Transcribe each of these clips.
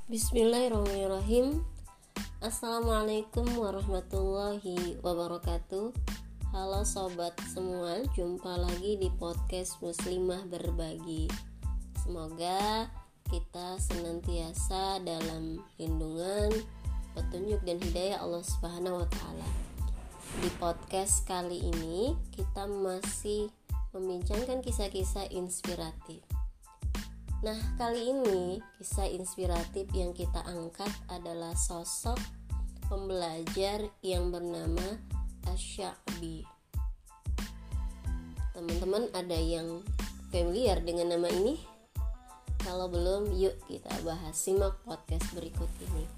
Bismillahirrahmanirrahim. Assalamualaikum warahmatullahi wabarakatuh. Halo sobat semua, jumpa lagi di podcast Muslimah Berbagi. Semoga kita senantiasa dalam lindungan, petunjuk dan hidayah Allah Subhanahu wa Ta'ala. Di podcast kali ini kita masih membincangkan kisah-kisah inspiratif. Nah, kali ini kisah inspiratif yang kita angkat adalah sosok pembelajar yang bernama Asy-Sya'bi. Teman-teman ada yang familiar dengan nama ini? Kalau belum, yuk kita bahas, simak podcast berikut ini.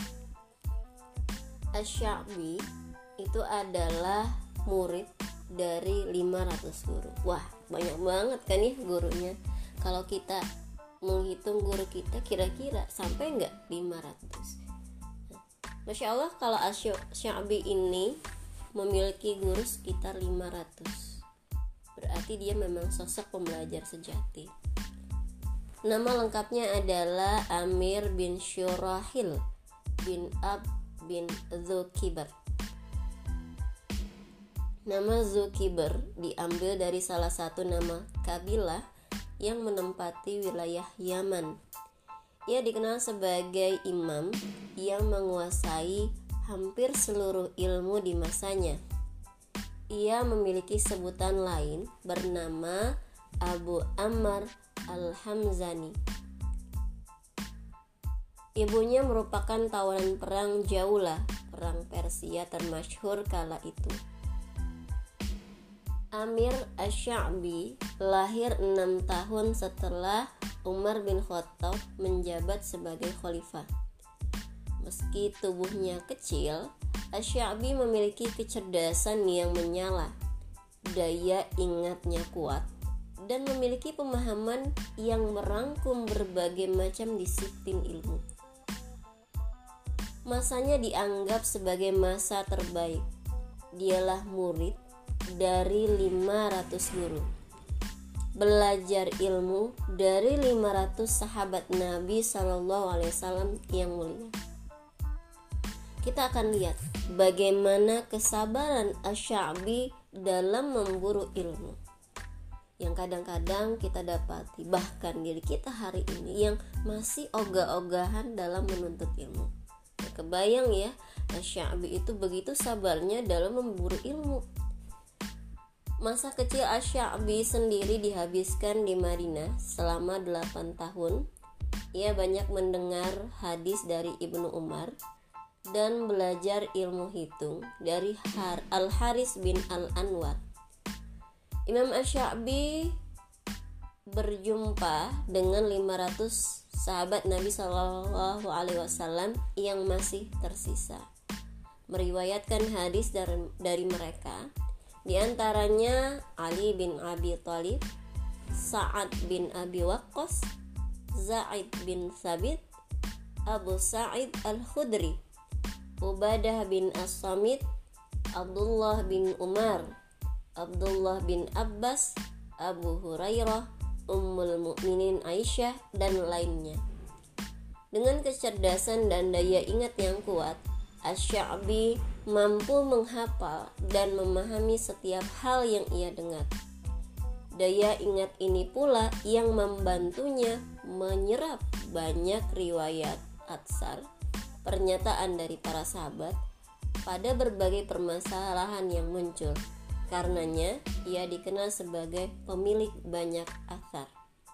Asy-Sya'bi itu adalah murid dari 500 guru. Wah, banyak banget kan ya gurunya. Kalau kita menghitung guru kita kira-kira sampai enggak 500. Masya Allah, kalau Asy-Sya'bi ini memiliki guru sekitar 500, berarti dia memang sosok pembelajar sejati. Nama lengkapnya adalah Amir bin Syurahil bin Ab bin Dzulkibr. Nama Dzulkibr diambil dari salah satu nama kabilah yang menempati wilayah Yaman. Ia dikenal sebagai imam yang menguasai hampir seluruh ilmu di masanya. Ia memiliki sebutan lain bernama Abu Ammar al-Hamzani. Ibunya merupakan tawanan perang Jaulah, perang Persia termasyhur kala itu. Amir Asy-Sya'bi lahir 6 tahun setelah Umar bin Khattab menjabat sebagai khalifah. Meski tubuhnya kecil, Asy-Sya'bi memiliki kecerdasan yang menyala, daya ingatnya kuat, dan memiliki pemahaman yang merangkum berbagai macam disiplin ilmu. Masanya dianggap sebagai masa terbaik. Dialah murid dari 500 guru, belajar ilmu dari 500 sahabat Nabi SAW yang mulia. Kita akan lihat bagaimana kesabaran Asy-Sya'bi dalam memburu ilmu, yang kadang-kadang kita dapati bahkan diri kita hari ini yang masih ogah-ogahan dalam menuntut ilmu. Nah, kebayang ya, Asy-Sya'bi itu begitu sabarnya dalam memburu ilmu. Masa kecil Asy-Sya'bi sendiri dihabiskan di Madinah selama 8 tahun. Ia banyak mendengar hadis dari Ibnu Umar dan belajar ilmu hitung dari Al-Haris bin Al-Anwar. Imam Asy-Sya'bi berjumpa dengan 500 sahabat Nabi SAW yang masih tersisa. Meriwayatkan hadis dari mereka. Di antaranya Ali bin Abi Thalib, Sa'ad bin Abi Waqqas, Zaid bin Thabit, Abu Sa'id Al-Khudri, Ubadah bin As-Samit, Abdullah bin Umar, Abdullah bin Abbas, Abu Hurairah, Ummul Mukminin Aisyah, dan lainnya. Dengan kecerdasan dan daya ingat yang kuat, Asy-Sya'bi mampu menghafal dan memahami setiap hal yang ia dengar. Daya ingat ini pula yang membantunya menyerap banyak riwayat atsar, pernyataan dari para sahabat pada berbagai permasalahan yang muncul. Karenanya ia dikenal sebagai pemilik banyak atsar.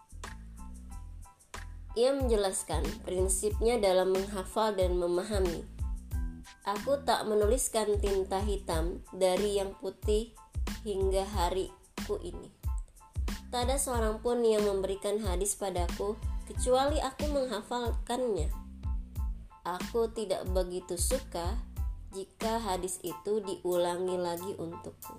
Ia menjelaskan prinsipnya dalam menghafal dan memahami. Aku tak menuliskan tinta hitam dari yang putih hingga hariku ini. Tak ada seorang pun yang memberikan hadis padaku kecuali aku menghafalkannya. Aku tidak begitu suka jika hadis itu diulangi lagi untukku.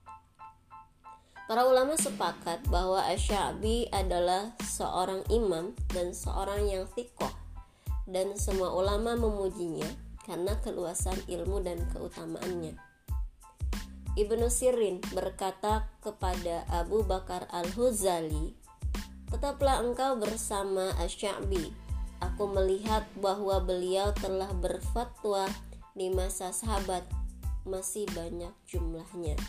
Para ulama sepakat bahwa Asy-Sya'bi adalah seorang imam dan seorang yang thiqah, dan semua ulama memujinya karena keluasan ilmu dan keutamaannya. Ibnu Sirin berkata kepada Abu Bakar Al-Huzali, "Tetaplah engkau bersama Asy-Sya'bi, Aku melihat bahwa beliau telah berfatwa di masa sahabat, masih banyak jumlahnya.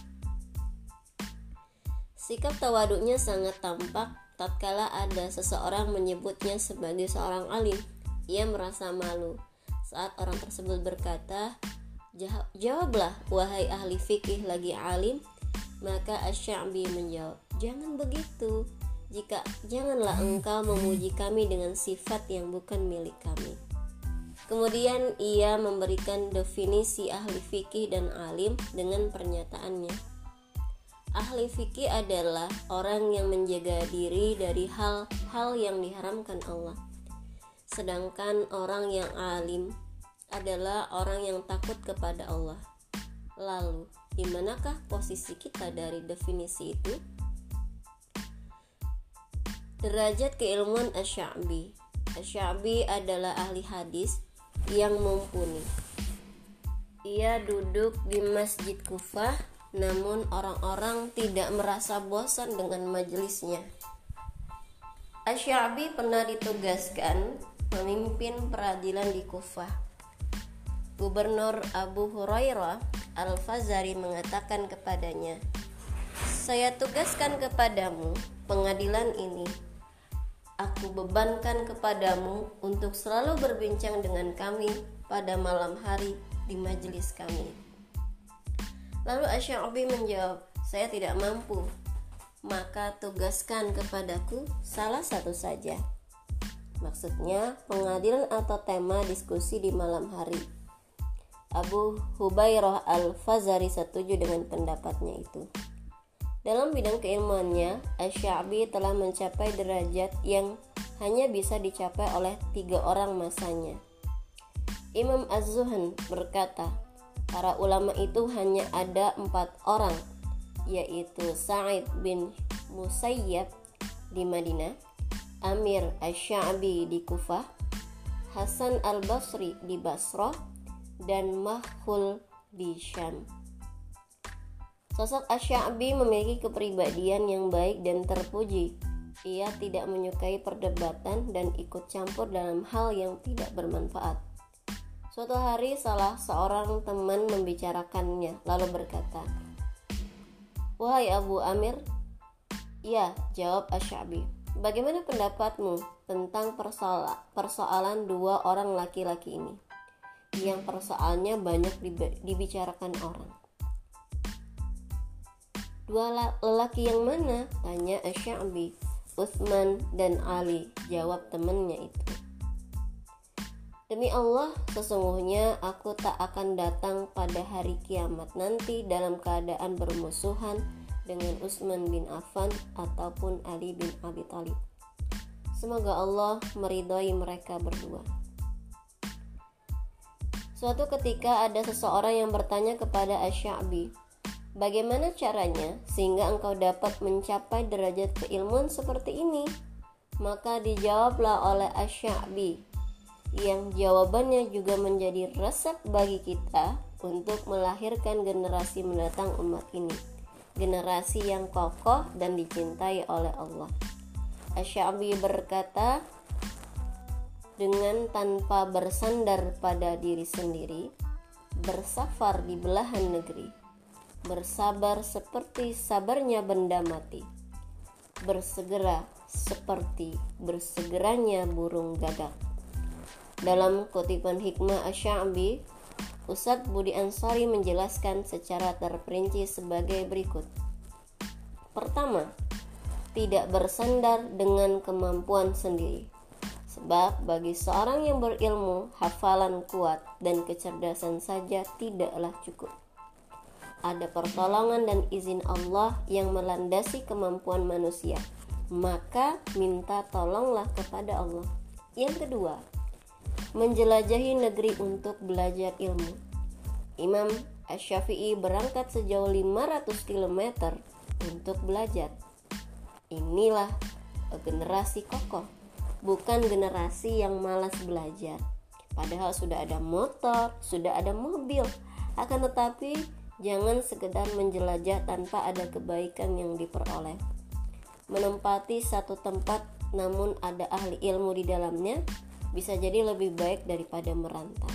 Sikap tawaduknya sangat tampak tatkala ada seseorang menyebutnya sebagai seorang alim. Ia merasa malu saat orang tersebut berkata, "Jawablah wahai ahli fikih lagi alim." Maka Asy-Sya'bi menjawab, "Jangan begitu. Janganlah engkau memuji kami dengan sifat yang bukan milik kami." Kemudian ia memberikan definisi ahli fikih dan alim dengan pernyataannya. Ahli fikih adalah orang yang menjaga diri dari hal-hal yang diharamkan Allah. Sedangkan orang yang alim adalah orang yang takut kepada Allah. Lalu, di manakah posisi kita dari definisi itu? Derajat keilmuan Asy-Sya'bi. Asy-Sya'bi adalah ahli hadis yang mumpuni. Ia duduk di Masjid Kufah, namun orang-orang tidak merasa bosan dengan majelisnya. Asy-Sya'bi pernah ditugaskan memimpin peradilan di Kufah. Gubernur Abu Hurairah Al-Fazari mengatakan kepadanya, "Saya tugaskan kepadamu pengadilan ini. Aku bebankan kepadamu untuk selalu berbincang dengan kami pada malam hari di majelis kami." Lalu Asy-Sya'bi menjawab, "Saya tidak mampu, maka tugaskan kepadaku salah satu saja." Maksudnya pengadilan atau tema diskusi di malam hari. Abu Hubairah Al-Fazari setuju dengan pendapatnya itu. Dalam bidang keilmuannya, Asy-Sya'bi telah mencapai derajat yang hanya bisa dicapai oleh 3 orang masanya. Imam Az-Zuhn berkata, para ulama itu hanya ada 4 orang, yaitu Sa'id bin Musayyab di Madinah, Amir Asy-Sya'bi di Kufah, Hasan Al-Basri di Basrah, dan Makhul di Syam. Sosok Asy-Sya'bi memiliki kepribadian yang baik dan terpuji. Ia tidak menyukai perdebatan dan ikut campur dalam hal yang tidak bermanfaat. Suatu hari salah seorang teman membicarakannya, lalu berkata, "Wahai Abu Amir." "Ya," jawab Asy-Sya'bi. "Bagaimana pendapatmu tentang persoalan 2 orang laki-laki ini, yang persoalannya banyak dibicarakan orang?" "2 lelaki yang mana?" tanya Asy-Sya'bi. "Utsman dan Ali," jawab temannya itu. "Demi Allah, sesungguhnya aku tak akan datang pada hari kiamat nanti dalam keadaan bermusuhan dengan Utsman bin Affan ataupun Ali bin Abi Thalib. Semoga Allah meridhai mereka berdua." Suatu ketika ada seseorang yang bertanya kepada Asy-Sya'bi, "Bagaimana caranya sehingga engkau dapat mencapai derajat keilmuan seperti ini?" Maka dijawablah oleh Asy-Sya'bi, yang jawabannya juga menjadi resep bagi kita untuk melahirkan generasi mendatang umat ini, generasi yang kokoh dan dicintai oleh Allah. Asy-Sya'bi berkata, "Dengan tanpa bersandar pada diri sendiri, bersafar di belahan negeri, bersabar seperti sabarnya benda mati, bersegera seperti bersegeranya burung gagak." Dalam kutipan hikmah Asy-Sya'bi, Ustadz Budi Ansari menjelaskan secara terperinci sebagai berikut. Pertama, tidak bersandar dengan kemampuan sendiri. Sebab bagi seorang yang berilmu, hafalan kuat dan kecerdasan saja tidaklah cukup. Ada pertolongan dan izin Allah yang melandasi kemampuan manusia, maka minta tolonglah kepada Allah. Yang kedua, menjelajahi negeri untuk belajar ilmu. Imam Asy-Syafi'i berangkat sejauh 500 km untuk belajar. Inilah generasi kokoh, bukan generasi yang malas belajar. Padahal sudah ada motor, sudah ada mobil. Akan tetapi jangan sekedar menjelajah tanpa ada kebaikan yang diperoleh. Menempati satu tempat namun ada ahli ilmu di dalamnya, bisa jadi lebih baik daripada merantau.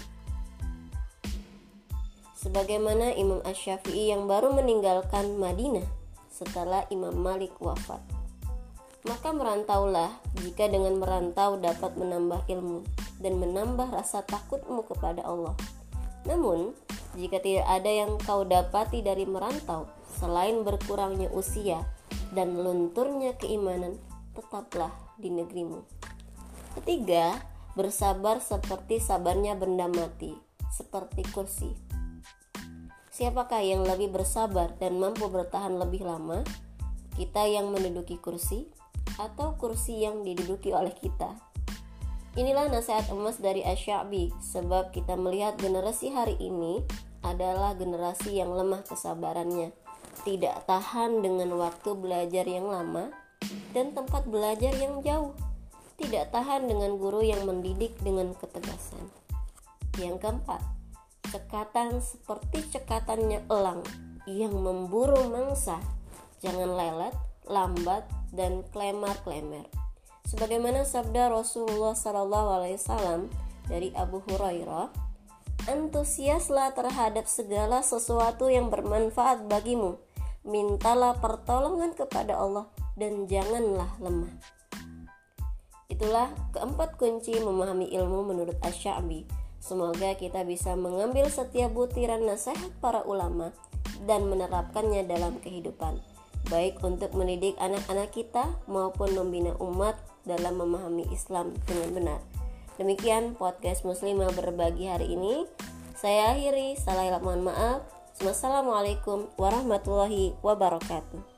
Sebagaimana Imam Asy-Syafi'i yang baru meninggalkan Madinah setelah Imam Malik wafat. Maka merantaulah jika dengan merantau dapat menambah ilmu dan menambah rasa takutmu kepada Allah. Namun, jika tidak ada yang kau dapati dari merantau selain berkurangnya usia dan lunturnya keimanan, tetaplah di negerimu. Ketiga, bersabar seperti sabarnya benda mati, seperti kursi. Siapakah yang lebih bersabar dan mampu bertahan lebih lama? Kita yang menduduki kursi atau kursi yang diduduki oleh kita? Inilah nasihat emas dari Asy-Sya'bi, sebab kita melihat generasi hari ini adalah generasi yang lemah kesabarannya, tidak tahan dengan waktu belajar yang lama dan tempat belajar yang jauh, tidak tahan dengan guru yang mendidik dengan ketegasan. Yang keempat, cekatan seperti cekatannya elang yang memburu mangsa, jangan lelet, lambat, dan klemer-klemer. Sebagaimana sabda Rasulullah SAW dari Abu Hurairah, antusiaslah terhadap segala sesuatu yang bermanfaat bagimu, mintalah pertolongan kepada Allah dan janganlah lemah. Itulah keempat kunci memahami ilmu menurut Asy-Sya'bi. Semoga kita bisa mengambil setiap butiran nasihat para ulama dan menerapkannya dalam kehidupan, baik untuk mendidik anak-anak kita maupun membina umat dalam memahami Islam dengan benar. Demikian podcast Muslimah berbagi hari ini. Saya akhiri, salah mohon maaf. Wassalamualaikum warahmatullahi wabarakatuh.